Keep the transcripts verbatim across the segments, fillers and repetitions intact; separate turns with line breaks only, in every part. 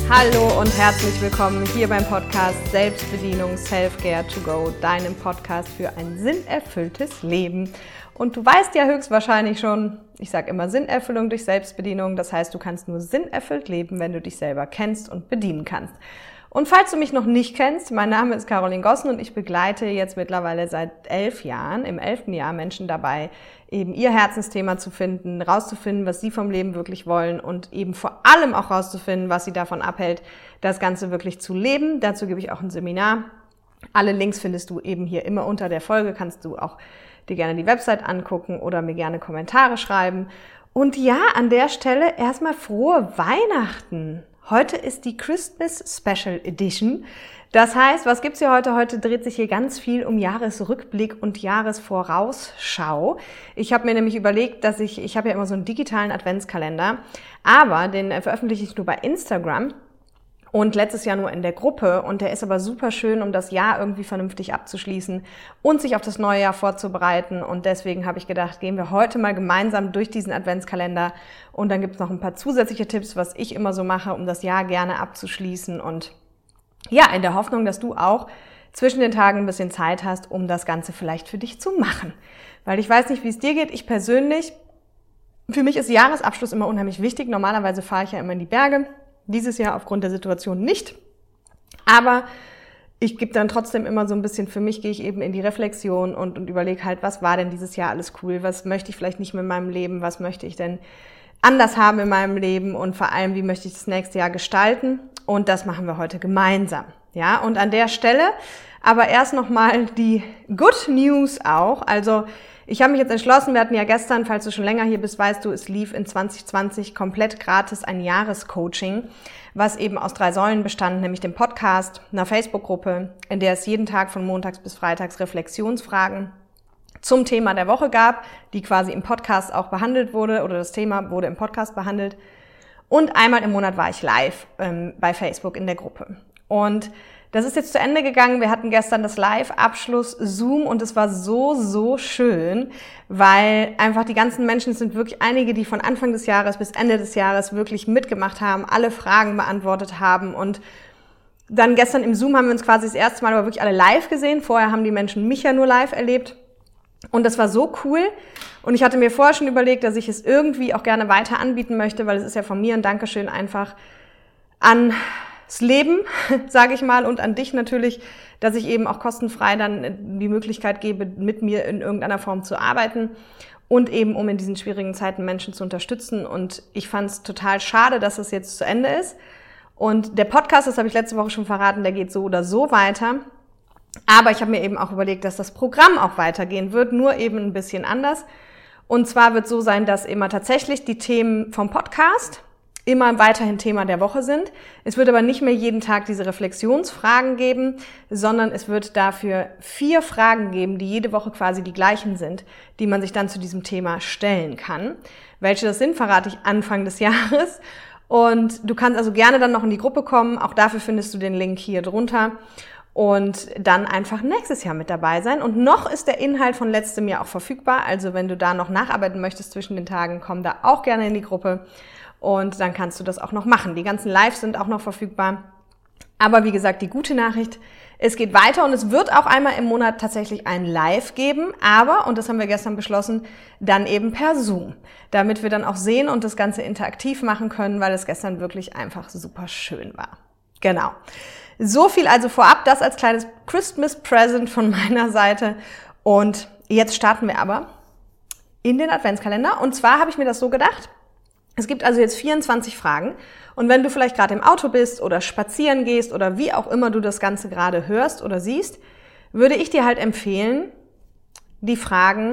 Hallo und herzlich willkommen hier beim Podcast Selbstbedienung Self-Care to Go, deinem Podcast für ein sinnerfülltes Leben. Und du weißt ja höchstwahrscheinlich schon, ich sage immer Sinnerfüllung durch Selbstbedienung, das heißt, du kannst nur sinnerfüllt leben, wenn du dich selber kennst und bedienen kannst. Und falls du mich noch nicht kennst, mein Name ist Caroline Gossen und ich begleite jetzt mittlerweile seit elf Jahren, im elften Jahr Menschen dabei, eben ihr Herzensthema zu finden, rauszufinden, was sie vom Leben wirklich wollen und eben vor allem auch rauszufinden, was sie davon abhält, das Ganze wirklich zu leben. Dazu gebe ich auch ein Seminar. Alle Links findest du eben hier immer unter der Folge, kannst du auch dir gerne die Website angucken oder mir gerne Kommentare schreiben. Und ja, an der Stelle erstmal frohe Weihnachten. Heute ist die Christmas Special Edition. Das heißt, was gibt's hier heute? Heute dreht sich hier ganz viel um Jahresrückblick und Jahresvorausschau. Ich habe mir nämlich überlegt, dass ich, ich habe ja immer so einen digitalen Adventskalender, aber den veröffentliche ich nur bei Instagram und letztes Jahr nur in der Gruppe und der ist aber super schön, um das Jahr irgendwie vernünftig abzuschließen und sich auf das neue Jahr vorzubereiten und deswegen habe ich gedacht, gehen wir heute mal gemeinsam durch diesen Adventskalender und dann gibt's noch ein paar zusätzliche Tipps, was ich immer so mache, um das Jahr gerne abzuschließen und ja, in der Hoffnung, dass du auch zwischen den Tagen ein bisschen Zeit hast, um das Ganze vielleicht für dich zu machen. Weil ich weiß nicht, wie es dir geht, ich persönlich, für mich ist Jahresabschluss immer unheimlich wichtig, normalerweise fahre ich ja immer in die Berge. Dieses Jahr aufgrund der Situation nicht, aber ich gebe dann trotzdem immer so ein bisschen, für mich gehe ich eben in die Reflexion und, und überlege halt, was war denn dieses Jahr alles cool, was möchte ich vielleicht nicht mehr in meinem Leben, was möchte ich denn anders haben in meinem Leben und vor allem, wie möchte ich das nächste Jahr gestalten und das machen wir heute gemeinsam. Ja, und an der Stelle aber erst nochmal die Good News auch, also ich habe mich jetzt entschlossen, wir hatten ja gestern, falls du schon länger hier bist, weißt du, es lief in zwanzig zwanzig komplett gratis ein Jahrescoaching, was eben aus drei Säulen bestand, nämlich dem Podcast, einer Facebook-Gruppe, in der es jeden Tag von montags bis freitags Reflexionsfragen zum Thema der Woche gab, die quasi im Podcast auch behandelt wurde oder das Thema wurde im Podcast behandelt. Und einmal im Monat war ich live ähm, bei Facebook in der Gruppe. Und das ist jetzt zu Ende gegangen. Wir hatten gestern das Live-Abschluss Zoom und es war so, so schön, weil einfach die ganzen Menschen, es sind wirklich einige, die von Anfang des Jahres bis Ende des Jahres wirklich mitgemacht haben, alle Fragen beantwortet haben und dann gestern im Zoom haben wir uns quasi das erste Mal aber wirklich alle live gesehen. Vorher haben die Menschen mich ja nur live erlebt und das war so cool und ich hatte mir vorher schon überlegt, dass ich es irgendwie auch gerne weiter anbieten möchte, weil es ist ja von mir ein Dankeschön einfach an das Leben, sage ich mal, und an dich natürlich, dass ich eben auch kostenfrei dann die Möglichkeit gebe, mit mir in irgendeiner Form zu arbeiten und eben, um in diesen schwierigen Zeiten Menschen zu unterstützen. Und ich fand es total schade, dass es jetzt zu Ende ist. Und der Podcast, das habe ich letzte Woche schon verraten, der geht so oder so weiter. Aber ich habe mir eben auch überlegt, dass das Programm auch weitergehen wird, nur eben ein bisschen anders. Und zwar wird es so sein, dass immer tatsächlich die Themen vom Podcast immer weiterhin Thema der Woche sind. Es wird aber nicht mehr jeden Tag diese Reflexionsfragen geben, sondern es wird dafür vier Fragen geben, die jede Woche quasi die gleichen sind, die man sich dann zu diesem Thema stellen kann. Welche das sind, verrate ich Anfang des Jahres. Und du kannst also gerne dann noch in die Gruppe kommen. Auch dafür findest du den Link hier drunter. Und dann einfach nächstes Jahr mit dabei sein. Und noch ist der Inhalt von letztem Jahr auch verfügbar. Also wenn du da noch nacharbeiten möchtest zwischen den Tagen, komm da auch gerne in die Gruppe. Und dann kannst du das auch noch machen. Die ganzen Lives sind auch noch verfügbar. Aber wie gesagt, die gute Nachricht, es geht weiter und es wird auch einmal im Monat tatsächlich ein Live geben. Aber, und das haben wir gestern beschlossen, dann eben per Zoom. Damit wir dann auch sehen und das Ganze interaktiv machen können, weil es gestern wirklich einfach super schön war. Genau. So viel also vorab, das als kleines Christmas Present von meiner Seite. Und jetzt starten wir aber in den Adventskalender. Und zwar habe ich mir das so gedacht, es gibt also jetzt vierundzwanzig Fragen und wenn du vielleicht gerade im Auto bist oder spazieren gehst oder wie auch immer du das Ganze gerade hörst oder siehst, würde ich dir halt empfehlen, die Fragen,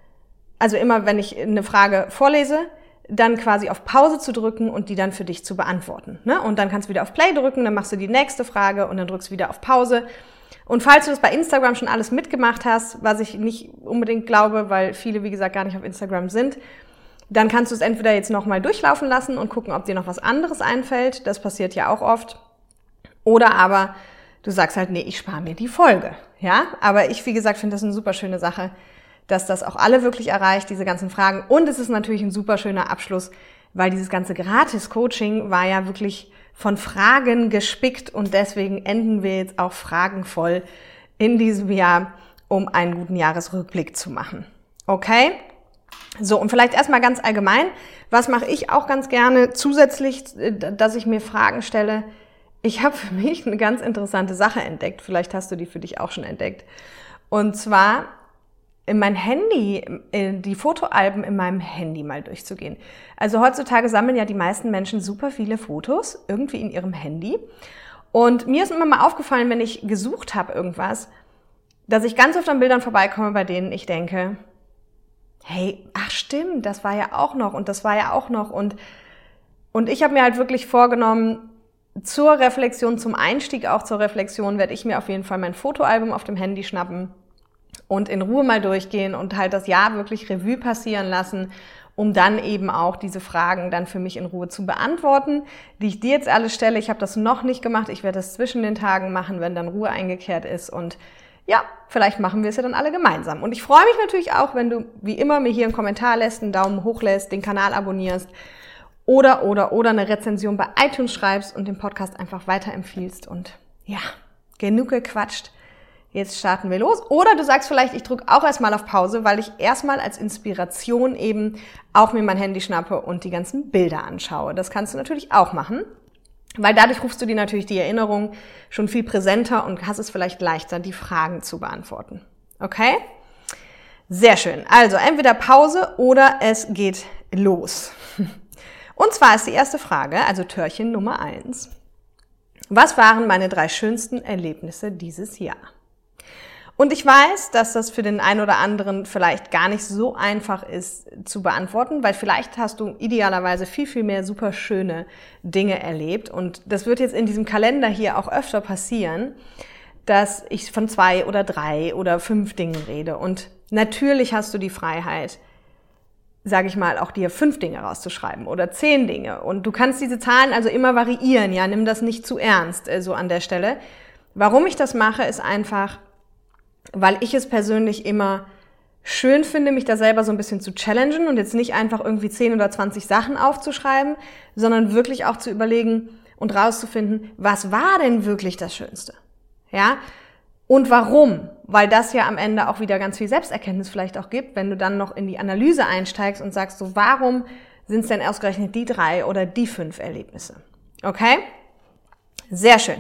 also immer wenn ich eine Frage vorlese, dann quasi auf Pause zu drücken und die dann für dich zu beantworten. Ne? Und dann kannst du wieder auf Play drücken, dann machst du die nächste Frage und dann drückst du wieder auf Pause. Und falls du das bei Instagram schon alles mitgemacht hast, was ich nicht unbedingt glaube, weil viele, wie gesagt, gar nicht auf Instagram sind, dann kannst du es entweder jetzt nochmal durchlaufen lassen und gucken, ob dir noch was anderes einfällt. Das passiert ja auch oft. Oder aber du sagst halt, nee, ich spare mir die Folge. Ja, aber ich, wie gesagt, finde das eine super schöne Sache, dass das auch alle wirklich erreicht, diese ganzen Fragen. Und es ist natürlich ein super schöner Abschluss, weil dieses ganze Gratis-Coaching war ja wirklich von Fragen gespickt und deswegen enden wir jetzt auch fragenvoll in diesem Jahr, um einen guten Jahresrückblick zu machen. Okay? So, und vielleicht erstmal ganz allgemein, was mache ich auch ganz gerne zusätzlich, dass ich mir Fragen stelle? Ich habe für mich eine ganz interessante Sache entdeckt. Vielleicht hast du die für dich auch schon entdeckt. Und zwar in mein Handy, in die Fotoalben in meinem Handy mal durchzugehen. Also heutzutage sammeln ja die meisten Menschen super viele Fotos irgendwie in ihrem Handy. Und mir ist immer mal aufgefallen, wenn ich gesucht habe irgendwas, dass ich ganz oft an Bildern vorbeikomme, bei denen ich denke, hey, ach stimmt, das war ja auch noch und das war ja auch noch. Und, und ich habe mir halt wirklich vorgenommen, zur Reflexion, zum Einstieg auch zur Reflexion, werde ich mir auf jeden Fall mein Fotoalbum auf dem Handy schnappen und in Ruhe mal durchgehen und halt das Jahr wirklich Revue passieren lassen, um dann eben auch diese Fragen dann für mich in Ruhe zu beantworten, die ich dir jetzt alle stelle. Ich habe das noch nicht gemacht, ich werde das zwischen den Tagen machen, wenn dann Ruhe eingekehrt ist und ja, vielleicht machen wir es ja dann alle gemeinsam. Und ich freue mich natürlich auch, wenn du wie immer mir hier einen Kommentar lässt, einen Daumen hoch lässt, den Kanal abonnierst oder, oder, oder eine Rezension bei iTunes schreibst und den Podcast einfach weiterempfiehlst. Und ja, genug gequatscht. Jetzt starten wir los. Oder du sagst vielleicht, ich drücke auch erstmal auf Pause, weil ich erstmal als Inspiration eben auch mir mein Handy schnappe und die ganzen Bilder anschaue. Das kannst du natürlich auch machen, weil dadurch rufst du dir natürlich die Erinnerung schon viel präsenter und hast es vielleicht leichter, die Fragen zu beantworten. Okay? Sehr schön. Also entweder Pause oder es geht los. Und zwar ist die erste Frage, also Türchen Nummer eins. Was waren meine drei schönsten Erlebnisse dieses Jahr? Und ich weiß, dass das für den einen oder anderen vielleicht gar nicht so einfach ist zu beantworten, weil vielleicht hast du idealerweise viel, viel mehr super schöne Dinge erlebt. Und das wird jetzt in diesem Kalender hier auch öfter passieren, dass ich von zwei oder drei oder fünf Dingen rede. Und natürlich hast du die Freiheit, sage ich mal, auch dir fünf Dinge rauszuschreiben oder zehn Dinge. Und du kannst diese Zahlen also immer variieren, ja, nimm das nicht zu ernst, äh, so an der Stelle. Warum ich das mache, ist einfach, weil ich es persönlich immer schön finde, mich da selber so ein bisschen zu challengen und jetzt nicht einfach irgendwie zehn oder zwanzig Sachen aufzuschreiben, sondern wirklich auch zu überlegen und rauszufinden, was war denn wirklich das Schönste? Ja? Und warum? Weil das ja am Ende auch wieder ganz viel Selbsterkenntnis vielleicht auch gibt, wenn du dann noch in die Analyse einsteigst und sagst, so warum sind es denn ausgerechnet die drei oder die fünf Erlebnisse? Okay? Sehr schön.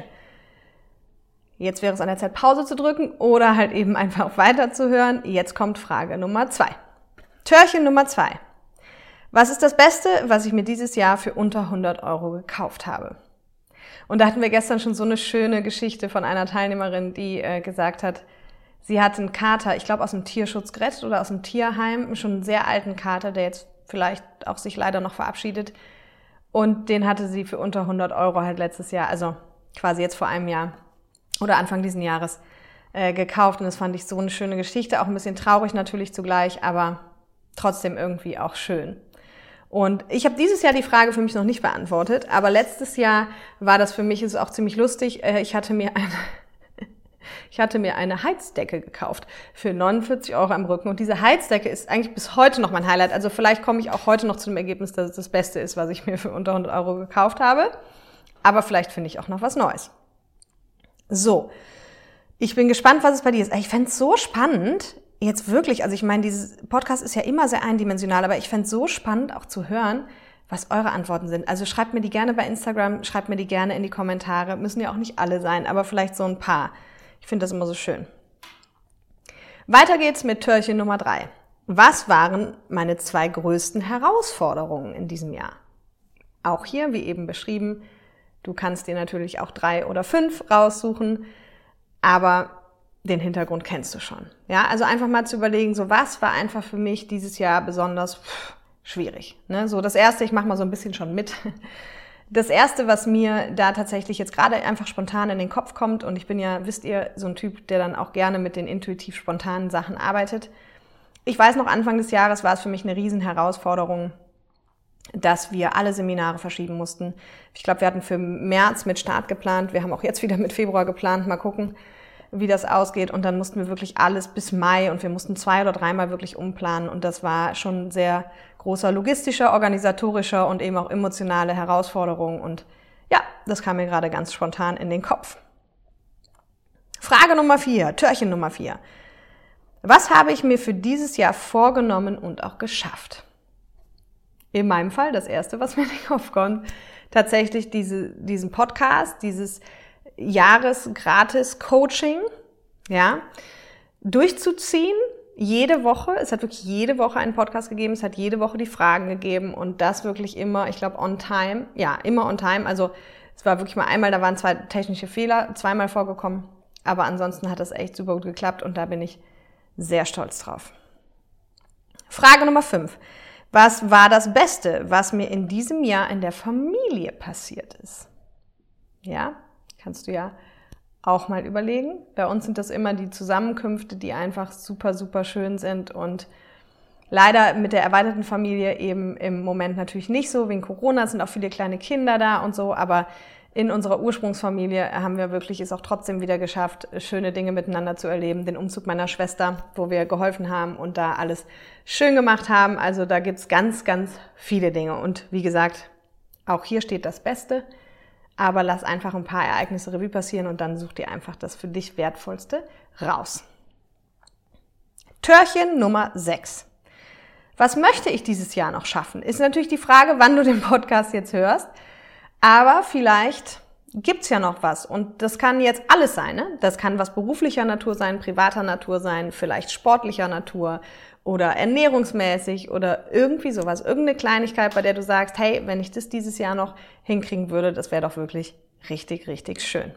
Jetzt wäre es an der Zeit, Pause zu drücken oder halt eben einfach weiterzuhören. Jetzt kommt Frage Nummer zwei. Türchen Nummer zwei. Was ist das Beste, was ich mir dieses Jahr für unter hundert Euro gekauft habe? Und da hatten wir gestern schon so eine schöne Geschichte von einer Teilnehmerin, die äh, gesagt hat, sie hat einen Kater, ich glaube aus dem Tierschutz gerettet oder aus dem Tierheim, schon einen sehr alten Kater, der jetzt vielleicht auch sich leider noch verabschiedet. Und den hatte sie für unter hundert Euro halt letztes Jahr, also quasi jetzt vor einem Jahr, oder Anfang diesen Jahres äh, gekauft. Und das fand ich so eine schöne Geschichte, auch ein bisschen traurig natürlich zugleich, aber trotzdem irgendwie auch schön. Und ich habe dieses Jahr die Frage für mich noch nicht beantwortet, aber letztes Jahr war das für mich, ist auch ziemlich lustig, äh, ich hatte mir eine, ich hatte mir eine Heizdecke gekauft für neunundvierzig Euro am Rücken. Und diese Heizdecke ist eigentlich bis heute noch mein Highlight. Also vielleicht komme ich auch heute noch zu dem Ergebnis, dass es das Beste ist, was ich mir für unter hundert Euro gekauft habe. Aber vielleicht finde ich auch noch was Neues. So, ich bin gespannt, was es bei dir ist. Ich fände es so spannend, jetzt wirklich, also ich meine, dieses Podcast ist ja immer sehr eindimensional, aber ich fände es so spannend auch zu hören, was eure Antworten sind. Also schreibt mir die gerne bei Instagram, schreibt mir die gerne in die Kommentare. Müssen ja auch nicht alle sein, aber vielleicht so ein paar. Ich finde das immer so schön. Weiter geht's mit Türchen Nummer drei. Was waren meine zwei größten Herausforderungen in diesem Jahr? Auch hier, wie eben beschrieben, du kannst dir natürlich auch drei oder fünf raussuchen, aber den Hintergrund kennst du schon. Ja, also einfach mal zu überlegen, so was war einfach für mich dieses Jahr besonders pff, schwierig. Ne? So das Erste, ich mache mal so ein bisschen schon mit. Das Erste, was mir da tatsächlich jetzt gerade einfach spontan in den Kopf kommt, und ich bin ja, wisst ihr, so ein Typ, der dann auch gerne mit den intuitiv spontanen Sachen arbeitet. Ich weiß noch, Anfang des Jahres war es für mich eine riesen Herausforderung, dass wir alle Seminare verschieben mussten. Ich glaube, wir hatten für März mit Start geplant. Wir haben auch jetzt wieder mit Februar geplant. Mal gucken, wie das ausgeht. Und dann mussten wir wirklich alles bis Mai und wir mussten zwei oder dreimal wirklich umplanen. Und das war schon sehr großer logistischer, organisatorischer und eben auch emotionale Herausforderung. Und ja, das kam mir gerade ganz spontan in den Kopf. Frage Nummer vier, Türchen Nummer vier. Was habe ich mir für dieses Jahr vorgenommen und auch geschafft? In meinem Fall, das erste, was mir in den Kopf kommt, tatsächlich diese, diesen Podcast, dieses Jahres-Gratis-Coaching, ja, durchzuziehen, jede Woche. Es hat wirklich jede Woche einen Podcast gegeben, es hat jede Woche die Fragen gegeben und das wirklich immer, ich glaube, on time, ja, immer on time. Also es war wirklich mal einmal, da waren zwei technische Fehler, zweimal vorgekommen, aber ansonsten hat das echt super gut geklappt und da bin ich sehr stolz drauf. Frage Nummer fünf. Was war das Beste, was mir in diesem Jahr in der Familie passiert ist? Ja, kannst du ja auch mal überlegen. Bei uns sind das immer die Zusammenkünfte, die einfach super, super schön sind und leider mit der erweiterten Familie eben im Moment natürlich nicht so. Wegen Corona sind auch viele kleine Kinder da und so, aber in unserer Ursprungsfamilie haben wir wirklich es auch trotzdem wieder geschafft, schöne Dinge miteinander zu erleben. Den Umzug meiner Schwester, wo wir geholfen haben und da alles schön gemacht haben. Also da gibt's ganz, ganz viele Dinge. Und wie gesagt, auch hier steht das Beste. Aber lass einfach ein paar Ereignisse Revue passieren und dann such dir einfach das für dich Wertvollste raus. Türchen Nummer sechs. Was möchte ich dieses Jahr noch schaffen? Ist natürlich die Frage, wann du den Podcast jetzt hörst. Aber vielleicht gibt's ja noch was und das kann jetzt alles sein. Ne? Das kann was beruflicher Natur sein, privater Natur sein, vielleicht sportlicher Natur oder ernährungsmäßig oder irgendwie sowas. Irgendeine Kleinigkeit, bei der du sagst, hey, wenn ich das dieses Jahr noch hinkriegen würde, das wäre doch wirklich richtig, richtig schön.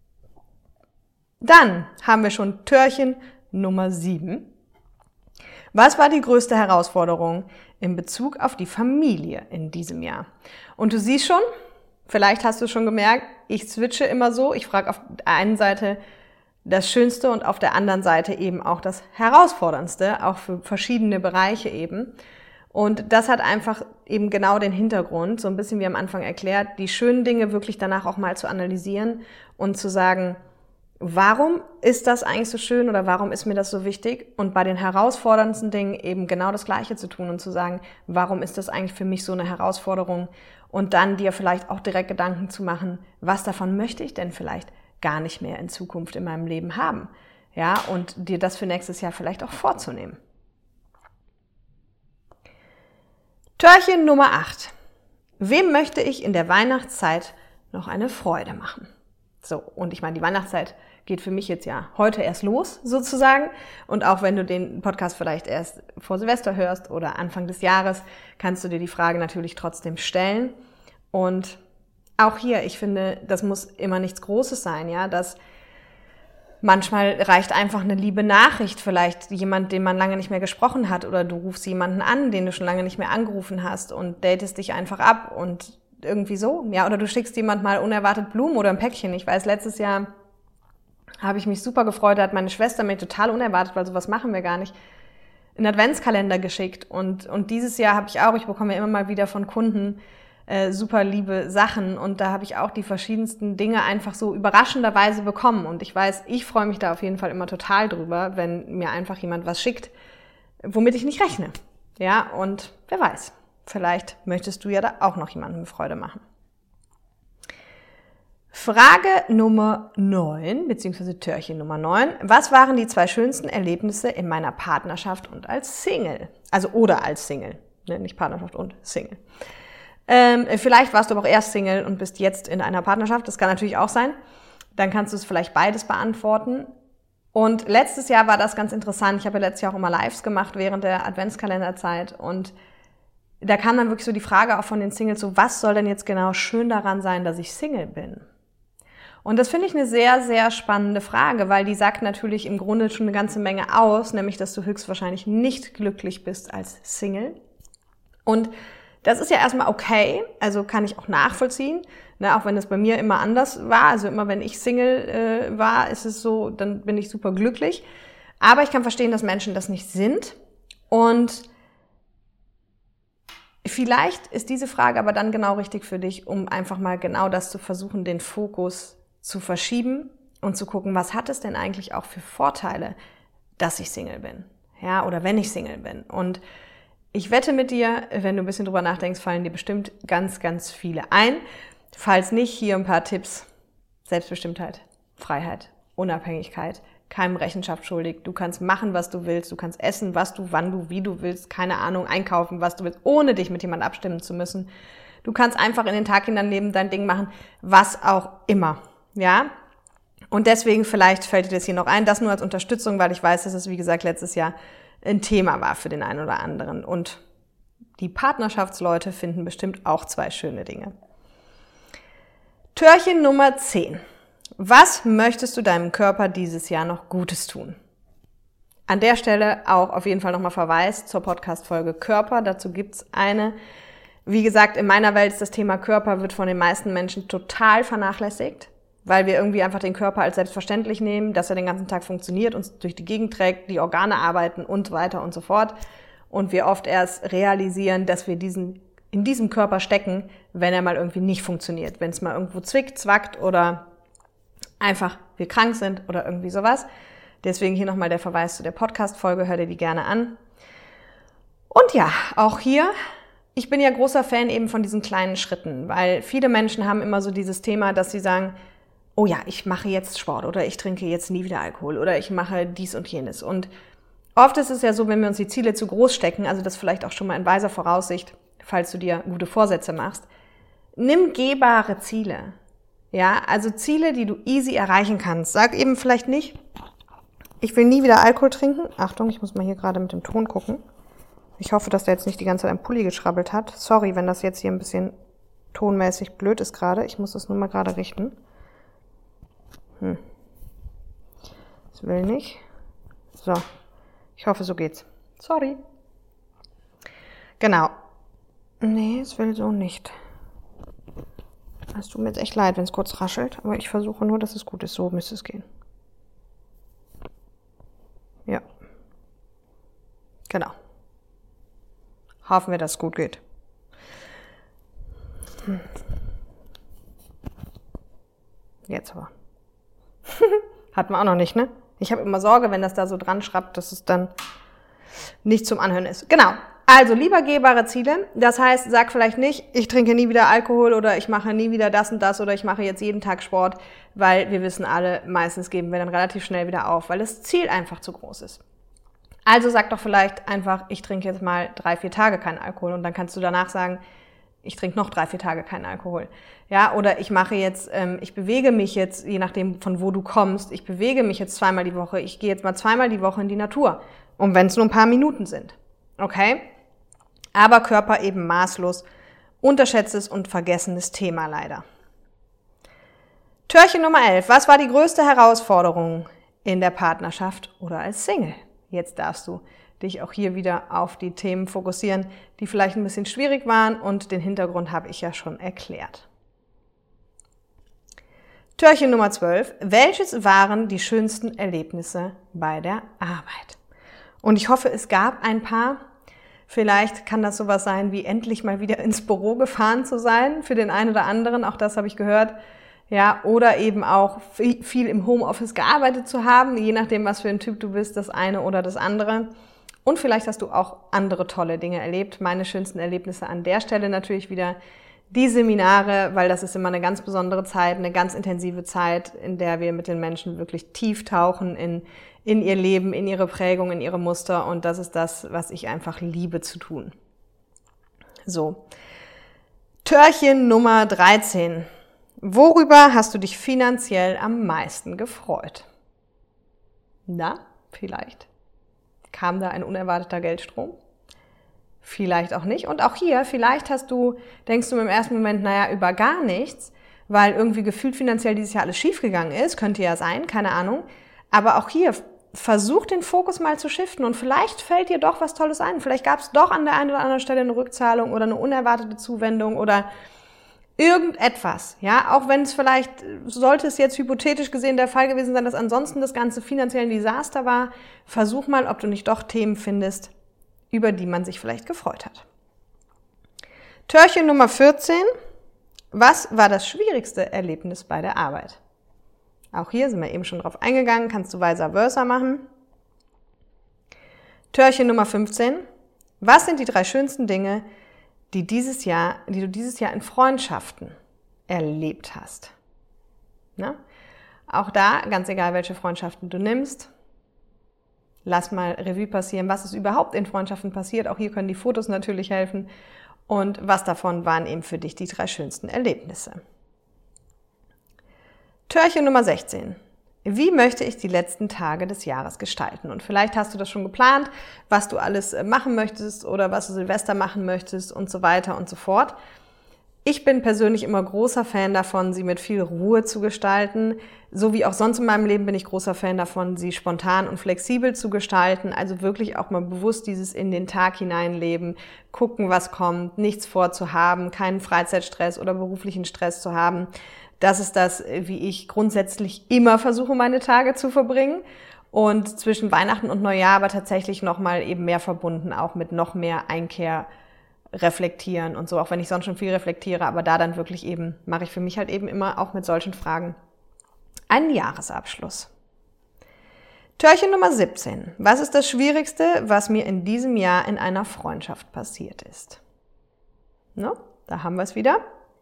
Dann haben wir schon Türchen Nummer sieben. Was war die größte Herausforderung in Bezug auf die Familie in diesem Jahr? Und du siehst schon, vielleicht hast du schon gemerkt, ich switche immer so. Ich frage auf der einen Seite das Schönste und auf der anderen Seite eben auch das Herausforderndste, auch für verschiedene Bereiche eben. Und das hat einfach eben genau den Hintergrund, so ein bisschen wie am Anfang erklärt, die schönen Dinge wirklich danach auch mal zu analysieren und zu sagen, warum ist das eigentlich so schön oder warum ist mir das so wichtig? Und bei den herausforderndsten Dingen eben genau das Gleiche zu tun und zu sagen, warum ist das eigentlich für mich so eine Herausforderung? Und dann dir vielleicht auch direkt Gedanken zu machen, was davon möchte ich denn vielleicht gar nicht mehr in Zukunft in meinem Leben haben? Ja, und dir das für nächstes Jahr vielleicht auch vorzunehmen. Türchen Nummer acht. Wem möchte ich in der Weihnachtszeit noch eine Freude machen? So, und ich meine, die Weihnachtszeit geht für mich jetzt ja heute erst los, sozusagen. Und auch wenn du den Podcast vielleicht erst vor Silvester hörst oder Anfang des Jahres, kannst du dir die Frage natürlich trotzdem stellen. Und auch hier, ich finde, das muss immer nichts Großes sein, ja, dass manchmal reicht einfach eine liebe Nachricht, vielleicht jemand, den man lange nicht mehr gesprochen hat, oder du rufst jemanden an, den du schon lange nicht mehr angerufen hast und datest dich einfach ab und irgendwie so, ja, oder du schickst jemand mal unerwartet Blumen oder ein Päckchen. Ich weiß, letztes Jahr habe ich mich super gefreut, da hat meine Schwester mir total unerwartet, weil sowas machen wir gar nicht, einen Adventskalender geschickt und und dieses Jahr habe ich auch, ich bekomme ja immer mal wieder von Kunden Äh, super liebe Sachen und da habe ich auch die verschiedensten Dinge einfach so überraschenderweise bekommen und ich weiß, ich freue mich da auf jeden Fall immer total drüber, wenn mir einfach jemand was schickt, womit ich nicht rechne. Ja, und wer weiß, vielleicht möchtest du ja da auch noch jemandem Freude machen. Frage Nummer neun, beziehungsweise Türchen Nummer neun. Was waren die zwei schönsten Erlebnisse in meiner Partnerschaft und als Single? Also oder als Single, ne? Nicht Partnerschaft und Single. Ähm, vielleicht warst du aber auch erst Single und bist jetzt in einer Partnerschaft. Das kann natürlich auch sein. Dann kannst du es vielleicht beides beantworten. Und letztes Jahr war das ganz interessant. Ich habe ja letztes Jahr auch immer Lives gemacht während der Adventskalenderzeit. Und da kam dann wirklich so die Frage auch von den Singles, so was soll denn jetzt genau schön daran sein, dass ich Single bin? Und das finde ich eine sehr, sehr spannende Frage, weil die sagt natürlich im Grunde schon eine ganze Menge aus, nämlich, dass du höchstwahrscheinlich nicht glücklich bist als Single. Und das ist ja erstmal okay, also kann ich auch nachvollziehen, ne, auch wenn das bei mir immer anders war. Also immer wenn ich Single äh, war, ist es so, dann bin ich super glücklich. Aber ich kann verstehen, dass Menschen das nicht sind. Und vielleicht ist diese Frage aber dann genau richtig für dich, um einfach mal genau das zu versuchen, den Fokus zu verschieben und zu gucken, was hat es denn eigentlich auch für Vorteile, dass ich Single bin, ja, oder wenn ich Single bin. Und ich wette mit dir, wenn du ein bisschen drüber nachdenkst, fallen dir bestimmt ganz, ganz viele ein. Falls nicht, hier ein paar Tipps. Selbstbestimmtheit, Freiheit, Unabhängigkeit, keinem Rechenschaft schuldig. Du kannst machen, was du willst. Du kannst essen, was du, wann du, wie du willst. Keine Ahnung, einkaufen, was du willst, ohne dich mit jemandem abstimmen zu müssen. Du kannst einfach in den Tag hinein dein Ding machen, was auch immer. Ja? Und deswegen, vielleicht fällt dir das hier noch ein, das nur als Unterstützung, weil ich weiß, dass es, wie gesagt, letztes Jahr ein Thema war für den einen oder anderen. Und die Partnerschaftsleute finden bestimmt auch zwei schöne Dinge. Türchen Nummer zehn. Was möchtest du deinem Körper dieses Jahr noch Gutes tun? An der Stelle auch auf jeden Fall nochmal Verweis zur Podcast-Folge Körper. Dazu gibt's eine. Wie gesagt, in meiner Welt ist das Thema Körper wird von den meisten Menschen total vernachlässigt, weil wir irgendwie einfach den Körper als selbstverständlich nehmen, dass er den ganzen Tag funktioniert, uns durch die Gegend trägt, die Organe arbeiten und so weiter und so fort. Und wir oft erst realisieren, dass wir diesen in diesem Körper stecken, wenn er mal irgendwie nicht funktioniert. Wenn es mal irgendwo zwickt, zwackt oder einfach wir krank sind oder irgendwie sowas. Deswegen hier nochmal der Verweis zu der Podcast-Folge, hör dir die gerne an. Und ja, auch hier, ich bin ja großer Fan eben von diesen kleinen Schritten, weil viele Menschen haben immer so dieses Thema, dass sie sagen, oh ja, ich mache jetzt Sport oder ich trinke jetzt nie wieder Alkohol oder ich mache dies und jenes. Und oft ist es ja so, wenn wir uns die Ziele zu groß stecken, also das vielleicht auch schon mal in weiser Voraussicht, falls du dir gute Vorsätze machst, nimm gehbare Ziele. Ja, also Ziele, die du easy erreichen kannst. Sag eben vielleicht nicht, ich will nie wieder Alkohol trinken. Achtung, ich muss mal hier gerade mit dem Ton gucken. Ich hoffe, dass der jetzt nicht die ganze Zeit am Pulli geschrabbelt hat. Sorry, wenn das jetzt hier ein bisschen tonmäßig blöd ist gerade. Ich muss das nur mal gerade richten. Hm. Das will nicht. So. Ich hoffe, so geht's. Sorry. Genau. Nee, es will so nicht. Es tut mir jetzt echt leid, wenn es kurz raschelt. Aber ich versuche nur, dass es gut ist. So müsste es gehen. Ja. Genau. Hoffen wir, dass es gut geht. Hm. Jetzt aber. Hatten wir auch noch nicht, ne? Ich habe immer Sorge, wenn das da so dran schraubt, dass es dann nicht zum Anhören ist. Genau. Also lieber gehbare Ziele. Das heißt, sag vielleicht nicht, ich trinke nie wieder Alkohol oder ich mache nie wieder das und das oder ich mache jetzt jeden Tag Sport, weil wir wissen alle, meistens geben wir dann relativ schnell wieder auf, weil das Ziel einfach zu groß ist. Also sag doch vielleicht einfach, ich trinke jetzt mal drei, vier Tage keinen Alkohol und dann kannst du danach sagen, ich trinke noch drei, vier Tage keinen Alkohol. Ja, oder ich mache jetzt, ähm, ich bewege mich jetzt, je nachdem von wo du kommst, ich bewege mich jetzt zweimal die Woche, ich gehe jetzt mal zweimal die Woche in die Natur. Und wenn es nur ein paar Minuten sind. Okay? Aber Körper eben maßlos, unterschätztes und vergessenes Thema leider. Türchen Nummer elf. Was war die größte Herausforderung in der Partnerschaft oder als Single? Jetzt darfst du dich auch hier wieder auf die Themen fokussieren, die vielleicht ein bisschen schwierig waren und den Hintergrund habe ich ja schon erklärt. Türchen Nummer zwölf. Welches waren die schönsten Erlebnisse bei der Arbeit? Und ich hoffe, es gab ein paar. Vielleicht kann das sowas sein, wie endlich mal wieder ins Büro gefahren zu sein, für den einen oder anderen, auch das habe ich gehört. Ja, oder eben auch viel im Homeoffice gearbeitet zu haben, je nachdem, was für ein Typ du bist, das eine oder das andere. Und vielleicht hast du auch andere tolle Dinge erlebt. Meine schönsten Erlebnisse an der Stelle natürlich wieder die Seminare, weil das ist immer eine ganz besondere Zeit, eine ganz intensive Zeit, in der wir mit den Menschen wirklich tief tauchen in, in ihr Leben, in ihre Prägung, in ihre Muster. Und das ist das, was ich einfach liebe zu tun. So. Türchen Nummer dreizehn. Worüber hast du dich finanziell am meisten gefreut? Na, vielleicht kam da ein unerwarteter Geldstrom? Vielleicht auch nicht. Und auch hier, vielleicht hast du, denkst du im ersten Moment, naja, über gar nichts, weil irgendwie gefühlt finanziell dieses Jahr alles schiefgegangen ist. Könnte ja sein, keine Ahnung. Aber auch hier, versuch den Fokus mal zu shiften und vielleicht fällt dir doch was Tolles ein. Vielleicht gab es doch an der einen oder anderen Stelle eine Rückzahlung oder eine unerwartete Zuwendung oder irgendetwas, ja, auch wenn es vielleicht, sollte es jetzt hypothetisch gesehen der Fall gewesen sein, dass ansonsten das Ganze finanziell ein Desaster war, versuch mal, ob du nicht doch Themen findest, über die man sich vielleicht gefreut hat. Türchen Nummer vierzehn. Was war das schwierigste Erlebnis bei der Arbeit? Auch hier sind wir eben schon drauf eingegangen, kannst du vice versa machen. Türchen Nummer fünfzehn. Was sind die drei schönsten Dinge, die dieses Jahr, die du dieses Jahr in Freundschaften erlebt hast. Ne? Auch da, ganz egal, welche Freundschaften du nimmst, lass mal Revue passieren, was ist überhaupt in Freundschaften passiert. Auch hier können die Fotos natürlich helfen. Und was davon waren eben für dich die drei schönsten Erlebnisse. Türchen Nummer sechzehn. Wie möchte ich die letzten Tage des Jahres gestalten? Und vielleicht hast du das schon geplant, was du alles machen möchtest oder was du Silvester machen möchtest und so weiter und so fort. Ich bin persönlich immer großer Fan davon, sie mit viel Ruhe zu gestalten. So wie auch sonst in meinem Leben bin ich großer Fan davon, sie spontan und flexibel zu gestalten. Also wirklich auch mal bewusst dieses in den Tag hineinleben, gucken, was kommt, nichts vorzuhaben, keinen Freizeitstress oder beruflichen Stress zu haben. Das ist das, wie ich grundsätzlich immer versuche, meine Tage zu verbringen. Und zwischen Weihnachten und Neujahr aber tatsächlich nochmal eben mehr verbunden, auch mit noch mehr Einkehr reflektieren und so, auch wenn ich sonst schon viel reflektiere, aber da dann wirklich eben, mache ich für mich halt eben immer auch mit solchen Fragen einen Jahresabschluss. Türchen Nummer siebzehn. Was ist das Schwierigste, was mir in diesem Jahr in einer Freundschaft passiert ist? Ne? Da haben wir es wieder.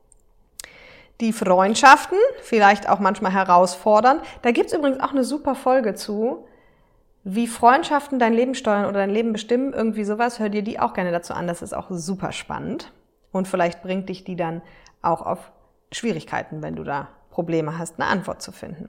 Die Freundschaften, vielleicht auch manchmal herausfordernd. Da gibt es übrigens auch eine super Folge zu, wie Freundschaften dein Leben steuern oder dein Leben bestimmen, irgendwie sowas, hör dir die auch gerne dazu an. Das ist auch super spannend. Und vielleicht bringt dich die dann auch auf Schwierigkeiten, wenn du da Probleme hast, eine Antwort zu finden.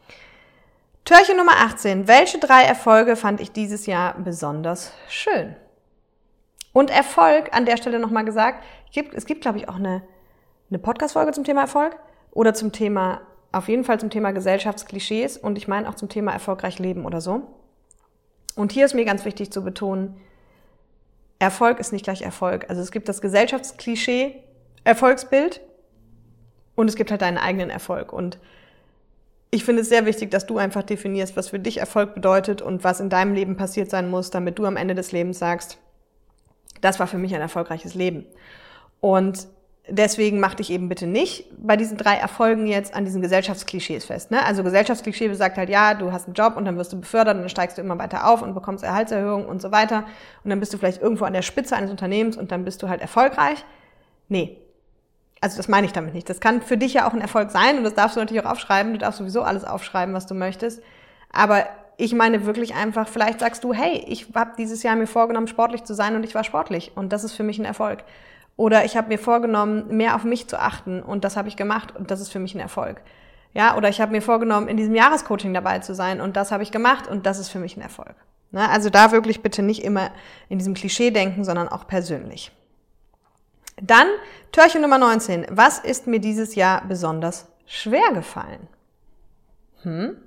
Türchen Nummer achtzehn. Welche drei Erfolge fand ich dieses Jahr besonders schön? Und Erfolg, an der Stelle nochmal gesagt, es gibt, es gibt, glaube ich, auch eine, eine Podcast-Folge zum Thema Erfolg oder zum Thema, auf jeden Fall zum Thema Gesellschaftsklischees und ich meine auch zum Thema erfolgreich leben oder so. Und hier ist mir ganz wichtig zu betonen, Erfolg ist nicht gleich Erfolg. Also es gibt das Gesellschaftsklischee Erfolgsbild und es gibt halt deinen eigenen Erfolg. Und ich finde es sehr wichtig, dass du einfach definierst, was für dich Erfolg bedeutet und was in deinem Leben passiert sein muss, damit du am Ende des Lebens sagst, das war für mich ein erfolgreiches Leben. Und deswegen mach dich eben bitte nicht bei diesen drei Erfolgen jetzt an diesen Gesellschaftsklischees fest. Ne? Also Gesellschaftsklischee besagt halt, ja, du hast einen Job und dann wirst du befördert und dann steigst du immer weiter auf und bekommst Gehaltserhöhung und so weiter. Und dann bist du vielleicht irgendwo an der Spitze eines Unternehmens und dann bist du halt erfolgreich. Nee, also das meine ich damit nicht. Das kann für dich ja auch ein Erfolg sein und das darfst du natürlich auch aufschreiben. Du darfst sowieso alles aufschreiben, was du möchtest. Aber ich meine wirklich einfach, vielleicht sagst du, hey, ich habe dieses Jahr mir vorgenommen, sportlich zu sein und ich war sportlich und das ist für mich ein Erfolg. Oder ich habe mir vorgenommen, mehr auf mich zu achten und das habe ich gemacht und das ist für mich ein Erfolg. Ja, oder ich habe mir vorgenommen, in diesem Jahrescoaching dabei zu sein und das habe ich gemacht und das ist für mich ein Erfolg. Ne? Also da wirklich bitte nicht immer in diesem Klischee denken, sondern auch persönlich. Dann Türchen Nummer neunzehn. Was ist mir dieses Jahr besonders schwer gefallen? Hm?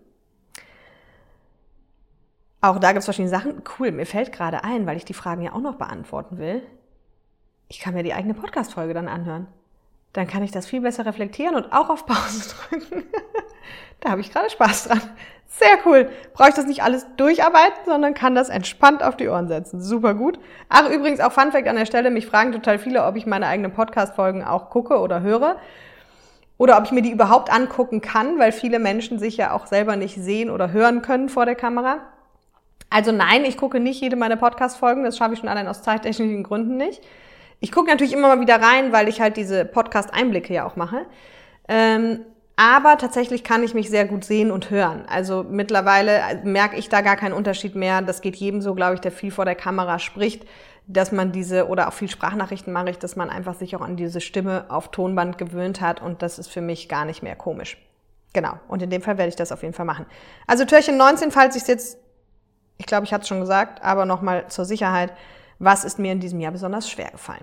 Auch da gibt es verschiedene Sachen. Cool, mir fällt gerade ein, weil ich die Fragen ja auch noch beantworten will. Ich kann mir die eigene Podcast-Folge dann anhören. Dann kann ich das viel besser reflektieren und auch auf Pause drücken. Da habe ich gerade Spaß dran. Sehr cool. Brauche ich das nicht alles durcharbeiten, sondern kann das entspannt auf die Ohren setzen. Super gut. Ach, übrigens auch Funfact an der Stelle. Mich fragen total viele, ob ich meine eigenen Podcast-Folgen auch gucke oder höre. Oder ob ich mir die überhaupt angucken kann, weil viele Menschen sich ja auch selber nicht sehen oder hören können vor der Kamera. Also nein, ich gucke nicht jede meiner Podcast-Folgen. Das schaffe ich schon allein aus zeittechnischen Gründen nicht. Ich gucke natürlich immer mal wieder rein, weil ich halt diese Podcast-Einblicke ja auch mache. Ähm, aber tatsächlich kann ich mich sehr gut sehen und hören. Also mittlerweile merke ich da gar keinen Unterschied mehr. Das geht jedem so, glaube ich, der viel vor der Kamera spricht, dass man diese, oder auch viel Sprachnachrichten mache ich, dass man einfach sich auch an diese Stimme auf Tonband gewöhnt hat. Und das ist für mich gar nicht mehr komisch. Genau. Und in dem Fall werde ich das auf jeden Fall machen. Also Türchen neunzehn, falls ich es jetzt, ich glaube, ich hatte es schon gesagt, aber nochmal zur Sicherheit. Was ist mir in diesem Jahr besonders schwer gefallen?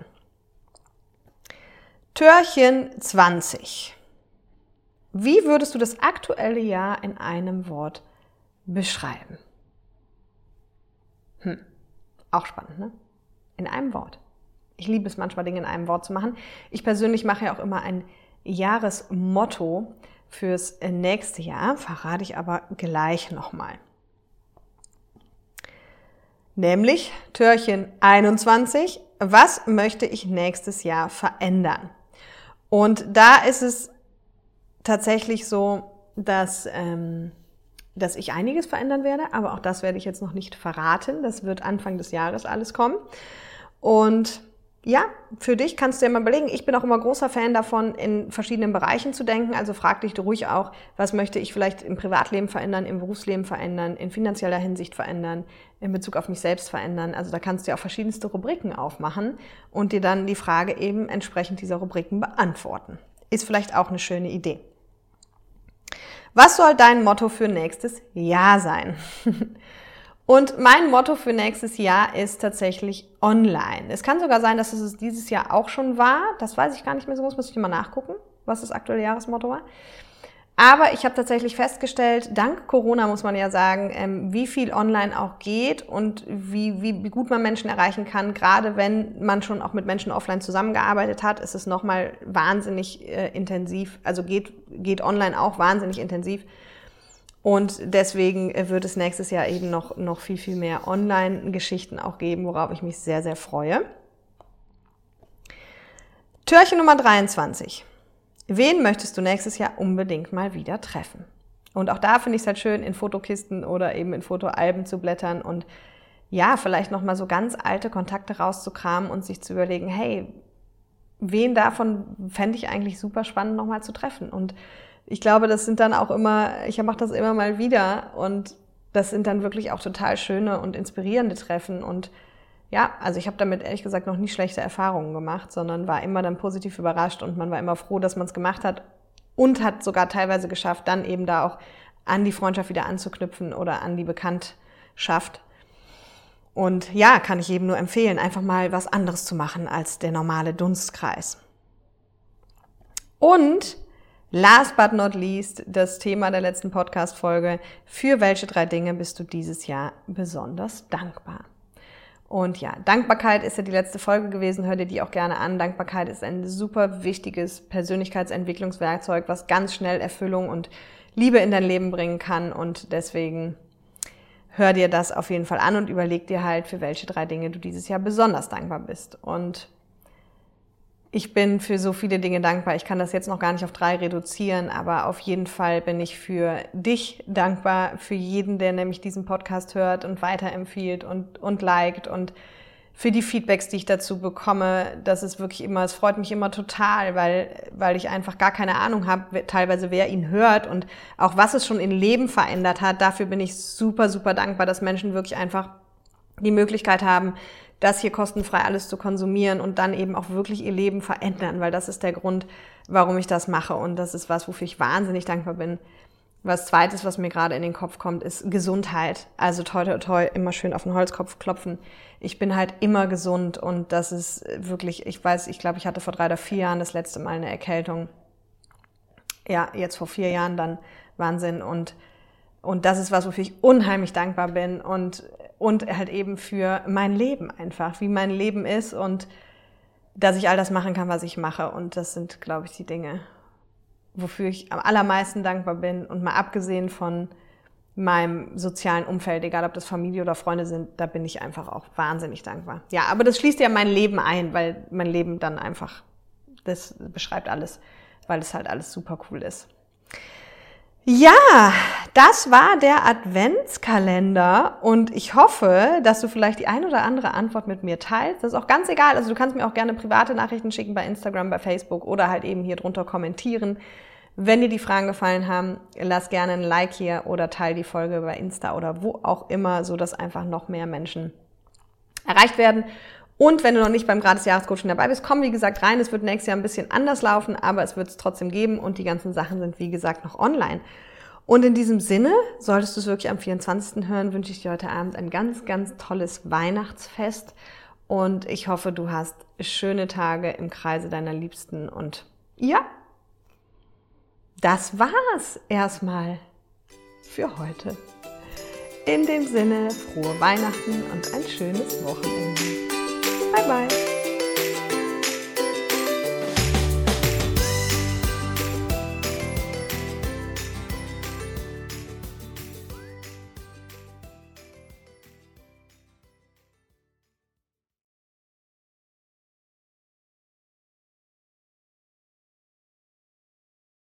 Türchen zwanzig. Wie würdest du das aktuelle Jahr in einem Wort beschreiben? Hm, auch spannend, ne? In einem Wort. Ich liebe es manchmal, Dinge in einem Wort zu machen. Ich persönlich mache ja auch immer ein Jahresmotto fürs nächste Jahr, verrate ich aber gleich nochmal. Nämlich Türchen einundzwanzig, was möchte ich nächstes Jahr verändern? Und da ist es tatsächlich so, dass, ähm, dass ich einiges verändern werde, aber auch das werde ich jetzt noch nicht verraten. Das wird Anfang des Jahres alles kommen. Und ja, für dich kannst du dir mal überlegen, ich bin auch immer großer Fan davon, in verschiedenen Bereichen zu denken. Also frag dich ruhig auch, was möchte ich vielleicht im Privatleben verändern, im Berufsleben verändern, in finanzieller Hinsicht verändern, in Bezug auf mich selbst verändern. Also da kannst du ja auch verschiedenste Rubriken aufmachen und dir dann die Frage eben entsprechend dieser Rubriken beantworten. Ist vielleicht auch eine schöne Idee. Was soll dein Motto für nächstes Jahr sein? Und mein Motto für nächstes Jahr ist tatsächlich online. Es kann sogar sein, dass es dieses Jahr auch schon war. Das weiß ich gar nicht mehr so, muss ich mal nachgucken, was das aktuelle Jahresmotto war. Aber ich habe tatsächlich festgestellt, dank Corona muss man ja sagen, wie viel online auch geht und wie, wie, wie gut man Menschen erreichen kann. Gerade wenn man schon auch mit Menschen offline zusammengearbeitet hat, ist es nochmal wahnsinnig äh, intensiv. Also geht, geht online auch wahnsinnig intensiv. Und deswegen wird es nächstes Jahr eben noch, noch viel, viel mehr Online-Geschichten auch geben, worauf ich mich sehr, sehr freue. Türchen Nummer dreiundzwanzig. Wen möchtest du nächstes Jahr unbedingt mal wieder treffen? Und auch da finde ich es halt schön, in Fotokisten oder eben in Fotoalben zu blättern und ja, vielleicht nochmal so ganz alte Kontakte rauszukramen und sich zu überlegen, hey, wen davon fände ich eigentlich super spannend nochmal zu treffen? Und ich glaube, das sind dann auch immer, ich mache das immer mal wieder und das sind dann wirklich auch total schöne und inspirierende Treffen und ja, also ich habe damit ehrlich gesagt noch nie schlechte Erfahrungen gemacht, sondern war immer dann positiv überrascht und man war immer froh, dass man es gemacht hat und hat sogar teilweise geschafft, dann eben da auch an die Freundschaft wieder anzuknüpfen oder an die Bekanntschaft. Und ja, kann ich jedem nur empfehlen, einfach mal was anderes zu machen als der normale Dunstkreis. Und last but not least, das Thema der letzten Podcast-Folge. Für welche drei Dinge bist du dieses Jahr besonders dankbar? Und ja, Dankbarkeit ist ja die letzte Folge gewesen, hör dir die auch gerne an. Dankbarkeit ist ein super wichtiges Persönlichkeitsentwicklungswerkzeug, was ganz schnell Erfüllung und Liebe in dein Leben bringen kann. Und deswegen hör dir das auf jeden Fall an und überleg dir halt, für welche drei Dinge du dieses Jahr besonders dankbar bist. Und ich bin für so viele Dinge dankbar. Ich kann das jetzt noch gar nicht auf drei reduzieren, aber auf jeden Fall bin ich für dich dankbar, für jeden, der nämlich diesen Podcast hört und weiterempfiehlt und, und liked und für die Feedbacks, die ich dazu bekomme. Das ist wirklich immer, es freut mich immer total, weil, weil ich einfach gar keine Ahnung habe, teilweise wer ihn hört und auch was es schon im Leben verändert hat. Dafür bin ich super, super dankbar, dass Menschen wirklich einfach die Möglichkeit haben, das hier kostenfrei alles zu konsumieren und dann eben auch wirklich ihr Leben verändern, weil das ist der Grund, warum ich das mache und das ist was, wofür ich wahnsinnig dankbar bin. Was Zweites, was mir gerade in den Kopf kommt, ist Gesundheit. Also toi, toi, toi, immer schön auf den Holzkopf klopfen. Ich bin halt immer gesund und das ist wirklich, ich weiß, ich glaube, ich hatte vor drei oder vier Jahren das letzte Mal eine Erkältung. Ja, jetzt vor vier Jahren dann Wahnsinn und Und das ist was, wofür ich unheimlich dankbar bin und, und halt eben für mein Leben einfach, wie mein Leben ist und dass ich all das machen kann, was ich mache. Und das sind, glaube ich, die Dinge, wofür ich am allermeisten dankbar bin. Und mal abgesehen von meinem sozialen Umfeld, egal ob das Familie oder Freunde sind, da bin ich einfach auch wahnsinnig dankbar. Ja, aber das schließt ja mein Leben ein, weil mein Leben dann einfach, das beschreibt alles, weil es halt alles super cool ist. Ja, das war der Adventskalender und ich hoffe, dass du vielleicht die ein oder andere Antwort mit mir teilst. Das ist auch ganz egal, also du kannst mir auch gerne private Nachrichten schicken bei Instagram, bei Facebook oder halt eben hier drunter kommentieren. Wenn dir die Fragen gefallen haben, lass gerne ein Like hier oder teile die Folge bei Insta oder wo auch immer, so dass einfach noch mehr Menschen erreicht werden. Und wenn du noch nicht beim Gratis-Jahrescoaching dabei bist, komm wie gesagt rein. Es wird nächstes Jahr ein bisschen anders laufen, aber es wird es trotzdem geben und die ganzen Sachen sind wie gesagt noch online. Und in diesem Sinne, solltest du es wirklich am vierundzwanzigsten hören, wünsche ich dir heute Abend ein ganz, ganz tolles Weihnachtsfest und ich hoffe, du hast schöne Tage im Kreise deiner Liebsten und ja, das war's erstmal für heute. In dem Sinne, frohe Weihnachten und ein schönes Wochenende. Bye, bye.